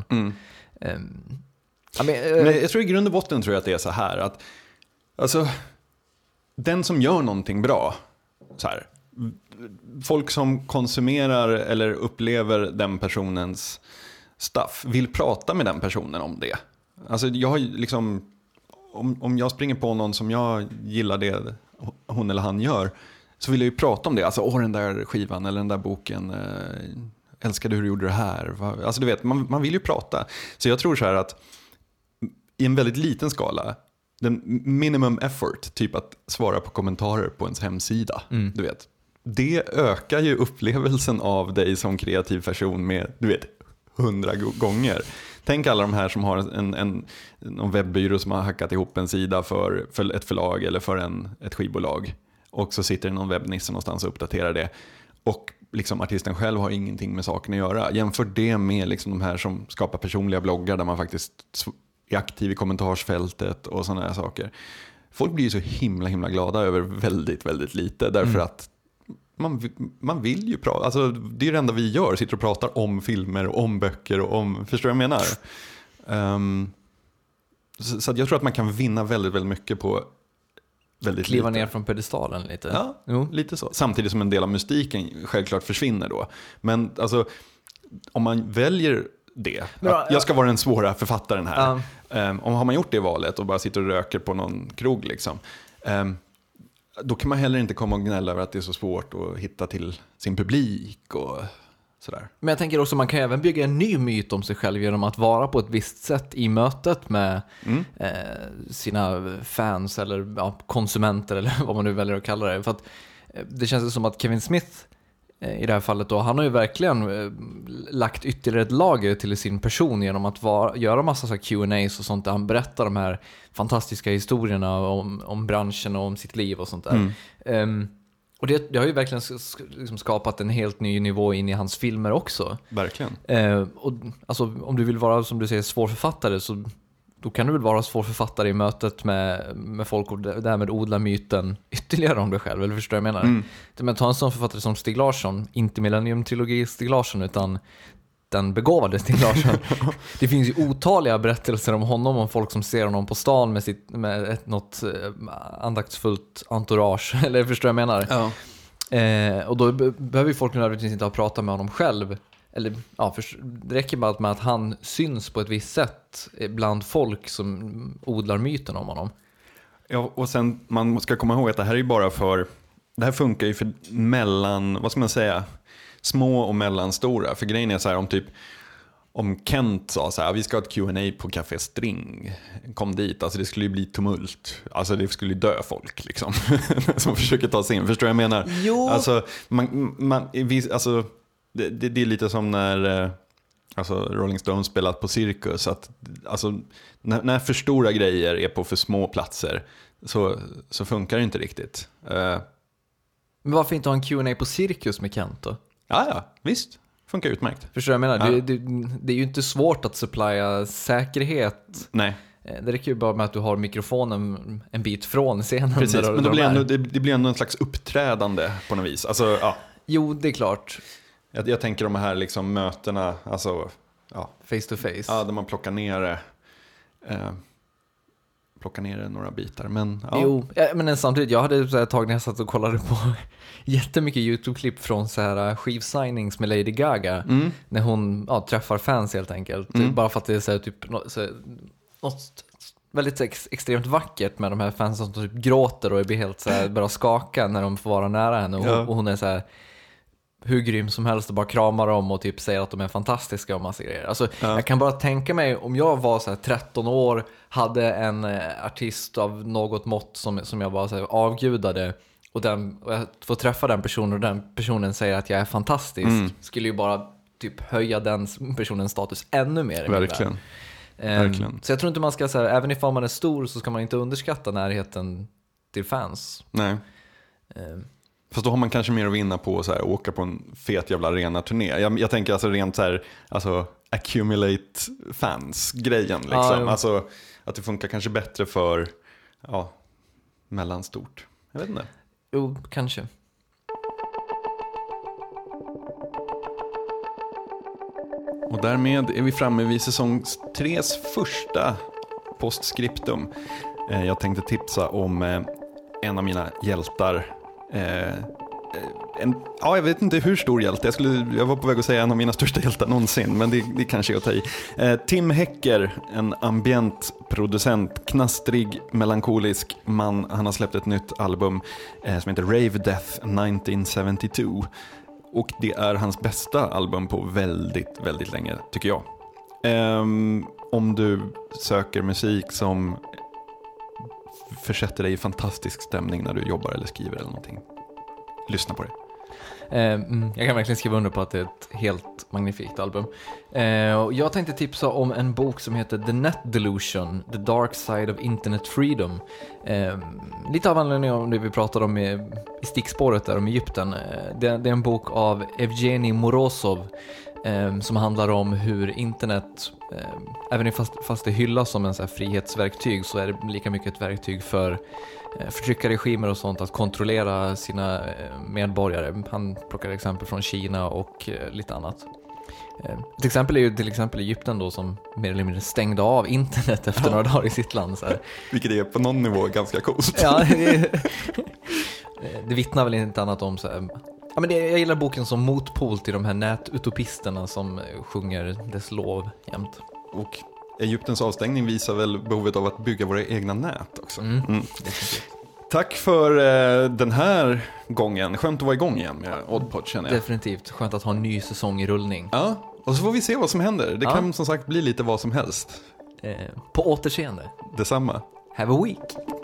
Men jag tror i grund och botten tror jag att det är så här att alltså, den som gör någonting bra så här, folk som konsumerar eller upplever den personens stuff vill prata med den personen om det. Alltså jag har liksom, om jag springer på någon som jag gillar det hon eller han gör, så vill jag ju prata om det. Alltså den där skivan eller den där boken, älskade hur du gjorde det här. Alltså du vet, man vill ju prata. Så jag tror så här att i en väldigt liten skala, den minimum effort, typ att svara på kommentarer på ens hemsida, du vet, det ökar ju upplevelsen av dig som kreativ person med, du vet, 100 gånger. tänk alla de här som har någon webbyrå som har hackat ihop en sida för ett förlag eller för ett skivbolag. Och så sitter det någon webbnisse någonstans och uppdaterar det. Och liksom artisten själv har ingenting med saken att göra. Jämför det med liksom de här som skapar personliga bloggar där man faktiskt är aktiv i kommentarsfältet och sådana här saker. Folk blir ju så himla glada över väldigt, väldigt lite. Därför att man vill ju prata. Alltså, det är det enda vi gör. Sitter och pratar om filmer och om böcker. Och om, förstår du vad jag menar? Så jag tror att man kan vinna väldigt, väldigt mycket på väldigt kliva lite. Ner från pedestalen lite. Ja, lite så. Samtidigt som en del av mystiken självklart försvinner då. Men alltså, om man väljer det, att jag ska vara den svåra författaren här. Om har man gjort det valet och bara sitter och röker på någon krog liksom, då kan man heller inte komma och gnälla över att det är så svårt att hitta till sin publik och sådär. Men jag tänker också, man kan även bygga en ny myt om sig själv genom att vara på ett visst sätt i mötet med sina fans eller konsumenter eller vad man nu väljer att kalla det. För att det känns som att Kevin Smith i det här fallet då, han har ju verkligen lagt ytterligare ett lager till sin person genom att göra massa så Q&As och sånt där han berättar de här fantastiska historierna om branschen och om sitt liv och sånt där. Och det har ju verkligen liksom skapat en helt ny nivå in i hans filmer också. Verkligen. Och alltså, om du vill vara, som du säger, svårförfattare, så då kan du väl vara svårförfattare i mötet med folk och därmed odla myten ytterligare om dig själv, eller förstår jag menar? Men ta en sån författare som Stieg Larsson, inte Millennium-trilogi Stieg Larsson, utan den begåvade Stieg Larsson. Det finns ju otaliga berättelser om honom, om folk som ser honom på stan med något andaktsfullt entourage, eller förstår jag menar? Ja. Och då behöver ju folk nödvändigtvis inte ha pratat med honom själv. Eller, det räcker bara med att han syns på ett visst sätt bland folk som odlar myten om honom. Ja, och sen man ska komma ihåg att det här är ju bara det här funkar ju för vad ska man säga, små och mellanstora. För grejen är så här, om Kent sa så här, vi ska ha ett Q&A på Café String, kom dit, alltså det skulle ju bli tumult, alltså det skulle ju dö folk liksom som försöker ta sig in, förstår jag menar? Jo. Alltså, det är lite som när Rolling Stones spelat på cirkus, att alltså, när för stora grejer är på för små platser så funkar det inte riktigt. Men varför inte ha en Q&A på cirkus med Kent då? Ja, visst. Funkar utmärkt. Förstår jag menar? Ja. Det är ju inte svårt att supplya säkerhet. Nej. Det räcker ju bara med att du har mikrofonen en bit från scenen. Precis, men det blir ändå en slags uppträdande på något vis. Alltså, ja. Jo, det är klart. Jag tänker de här liksom mötena, alltså, face to face. Ja, där man plockar ner några bitar. Men, ja. Jo, men samtidigt, jag hade så här tag när jag satt och kollade på jättemycket YouTube-klipp från så här skivsignings med Lady Gaga. När hon träffar fans helt enkelt. Bara för att det är så här, typ, något väldigt extremt vackert med de här fansen som typ gråter och blir helt så här, bara skaka när de får vara nära henne. Och hon är så här hur grym som helst och bara kramar dem och typ säger att de är fantastiska och massa grejer. Alltså, jag kan bara tänka mig om jag var så här 13 år, hade en artist av något mått som jag var så här avgudade och jag får träffa den personen och den personen säger att jag är fantastisk, skulle ju bara typ höja den personens status ännu mer. Verkligen. Verkligen. Så jag tror inte man ska säga, även ifall man är stor så ska man inte underskatta närheten till fans. Nej. Fast då har man kanske mer att vinna på att åka på en fet jävla arena-turné. Jag tänker alltså rent så här, alltså accumulate fans-grejen liksom. Alltså att det funkar kanske bättre för mellanstort. Jag vet inte. Jo, kanske. Och därmed är vi framme vid säsong 3:s första postscriptum. Jag tänkte tipsa om en av mina hjältar. Jag vet inte hur stor hjälte. Jag var på väg att säga en av mina största hjältar någonsin, men det kanske är att ta i. Tim Hecker, en ambient producent, knastrig, melankolisk man. Han har släppt ett nytt album som heter Rave Death 1972. Och det är hans bästa album på väldigt, väldigt länge, tycker jag. Om du söker musik som försätter dig i fantastisk stämning när du jobbar eller skriver eller någonting, lyssna på det. Jag kan verkligen skriva under på att det är ett helt magnifikt album. Och jag tänkte tipsa om en bok som heter The Net Delusion, The Dark Side of Internet Freedom. Lite av anledning om det vi pratade om i stickspåret där om Egypten. Det är en bok av Evgeni Morozov som handlar om hur internet, även fast det hyllas som en så här frihetsverktyg, så är det lika mycket ett verktyg för förtryckarregimer och sånt att kontrollera sina medborgare. Han plockar exempel från Kina och lite annat. Ett exempel är ju till exempel Egypten då, som mer eller mindre stängde av internet efter några dagar i sitt land. Så här. Vilket är på någon nivå ganska coolt. Ja, det vittnar väl inte annat om så här. Ja, men jag gillar boken som motpol till de här nätutopisterna som sjunger dess lov jämt. Och Egyptens avstängning visar väl behovet av att bygga våra egna nät också. Tack för den här gången. Skönt att vara igång igen med Oddpod, känner jag. Definitivt. Skönt att ha en ny säsong i rullning. Ja, och så får vi se vad som händer. Det kan som sagt bli lite vad som helst. På återseende. Detsamma. Have a week.